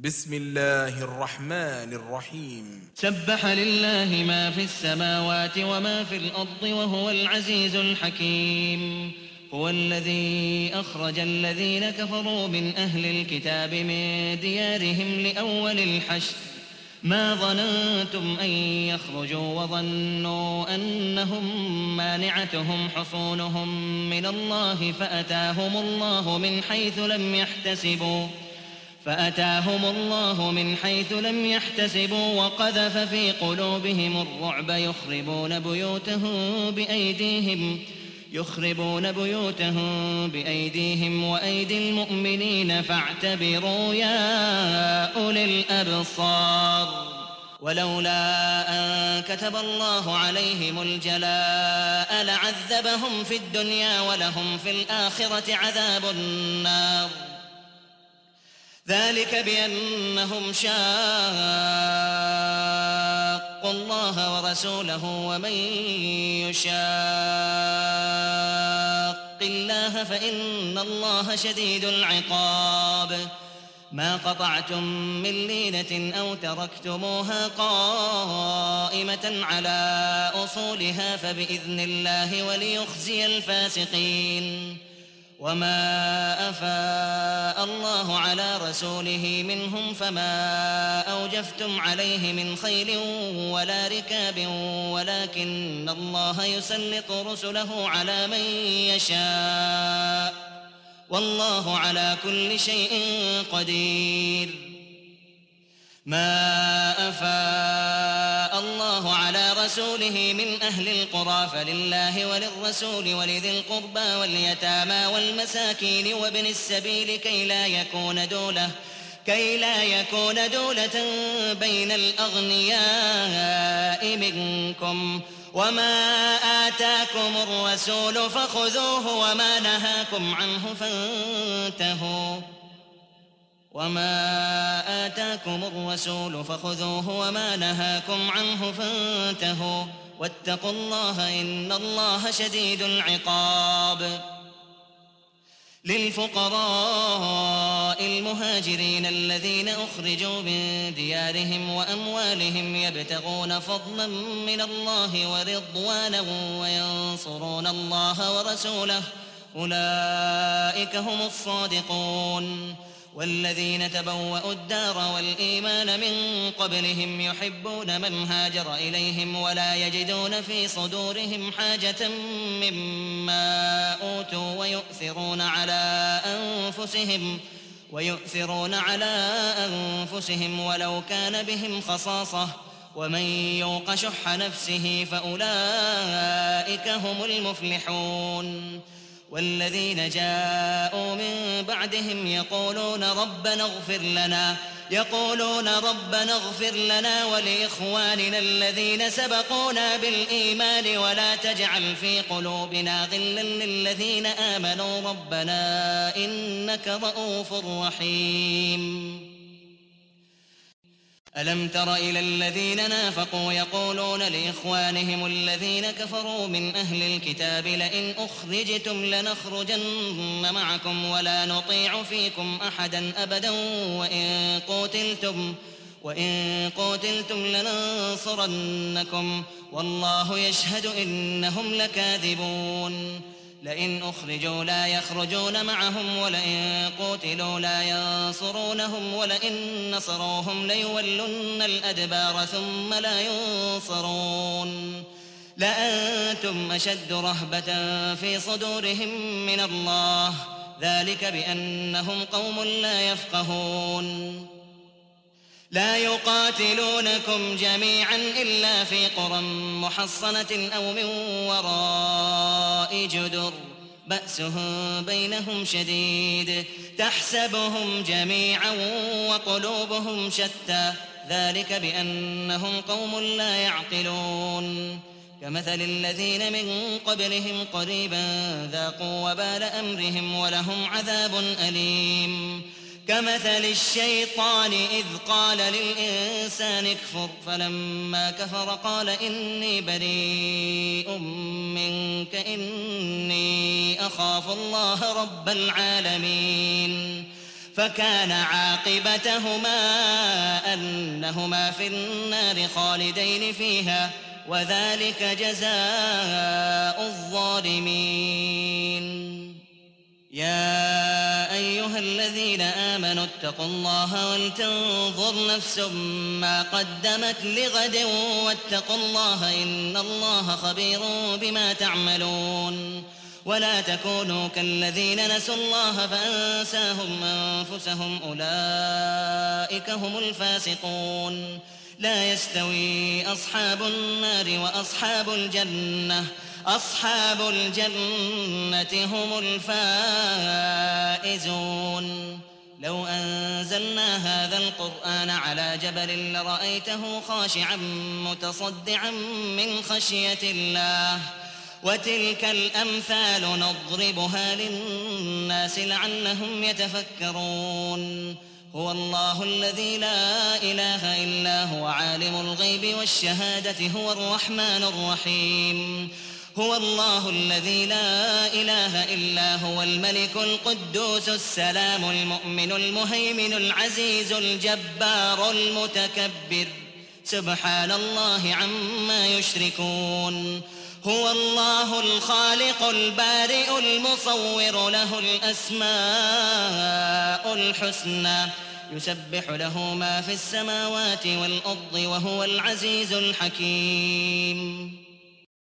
بسم الله الرحمن الرحيم. سبح لله ما في السماوات وما في الأرض وهو العزيز الحكيم. هو الذي أخرج الذين كفروا من أهل الكتاب من ديارهم لأول الحشر ما ظننتم أن يخرجوا وظنوا أنهم مانعتهم حصونهم من الله فأتاهم الله من حيث لم يحتسبوا وقذف في قلوبهم الرعب يخربون بيوتهم بأيديهم وأيدي المؤمنين فاعتبروا يا أولي الأبصار. ولولا أن كتب الله عليهم الجلاء لعذبهم في الدنيا ولهم في الآخرة عذاب النار. ذلك بأنهم شاقوا الله ورسوله ومن يشاق الله فإن الله شديد العقاب. ما قطعتم من لينة أو تركتموها قائمة على أصولها فبإذن الله وليخزي الفاسقين. وما أفاء الله على رسوله منهم فما أوجفتم عليه من خيل ولا ركاب ولكن الله يسلط رسله على من يشاء والله على كل شيء قدير. ما أفاء الله على رسوله من أهل القرى فلله وللرسول ولذي القربى واليتامى والمساكين وابن السبيل كي لا يكون دولة بين الأغنياء منكم. وما آتاكم الرسول فخذوه وما نهاكم عنه فانتهوا واتقوا الله إن الله شديد العقاب. للفقراء المهاجرين الذين أخرجوا من ديارهم وأموالهم يبتغون فضلا من الله ورضوانا وينصرون الله ورسوله أولئك هم الصادقون. والذين تبوأوا الدار والإيمان من قبلهم يحبون من هاجر إليهم ولا يجدون في صدورهم حاجة مما أوتوا ويؤثرون على أنفسهم ولو كان بهم خصاصة ومن يوق شح نفسه فأولئك هم المفلحون. والذين جاءوا من بعدهم يقولون ربنا اغفر لنا ولإخواننا الذين سبقونا بالإيمان ولا تجعل في قلوبنا غلا للذين آمنوا ربنا إنك رءوف رحيم. ألم تر إلى الذين نافقوا يقولون لإخوانهم الذين كفروا من أهل الكتاب لئن أخرجتم لنخرجن معكم ولا نطيع فيكم أحدا أبدا وإن قوتلتم لننصرنكم والله يشهد إنهم لكاذبون. لئن أخرجوا لا يخرجون معهم ولئن قوتلوا لا ينصرونهم ولئن نصروهم ليولن الأدبار ثم لا ينصرون. لأنتم أشد رهبة في صدورهم من الله ذلك بأنهم قوم لا يفقهون. لا يقاتلونكم جميعا إلا في قرى محصنة أو من وراء جدر بأسهم بينهم شديد تحسبهم جميعا وقلوبهم شتى ذلك بأنهم قوم لا يعقلون. كمثل الذين من قبلهم قريبا ذاقوا وبال أمرهم ولهم عذاب أليم. كمثل الشيطان إذ قال للإنسان اكفر فلما كفر قال إني بريء منك إني أخاف الله رب العالمين. فكان عاقبتهما أنهما في النار خالدين فيها وذلك جزاء الظالمين. يا أيها الذين آمنوا اتقوا الله ولتنظر نفس ما قدمت لغد واتقوا الله إن الله خبير بما تعملون. ولا تكونوا كالذين نسوا الله فأنساهم أنفسهم أولئك هم الفاسقون. لا يستوي أصحاب النار وأصحاب الجنة أصحاب الجنة هم الفائزون. لو أنزلنا هذا القرآن على جبل لرأيته خاشعا متصدعا من خشية الله وتلك الأمثال نضربها للناس لعلهم يتفكرون. هو الله الذي لا إله إلا هو عالم الغيب والشهادة هو الرحمن الرحيم. هو الله الذي لا إله إلا هو الملك القدوس السلام المؤمن المهيمن العزيز الجبار المتكبر سبحان الله عما يشركون. هو الله الخالق البارئ المصور له الأسماء الحسنى يسبح له ما في السماوات والأرض وهو العزيز الحكيم.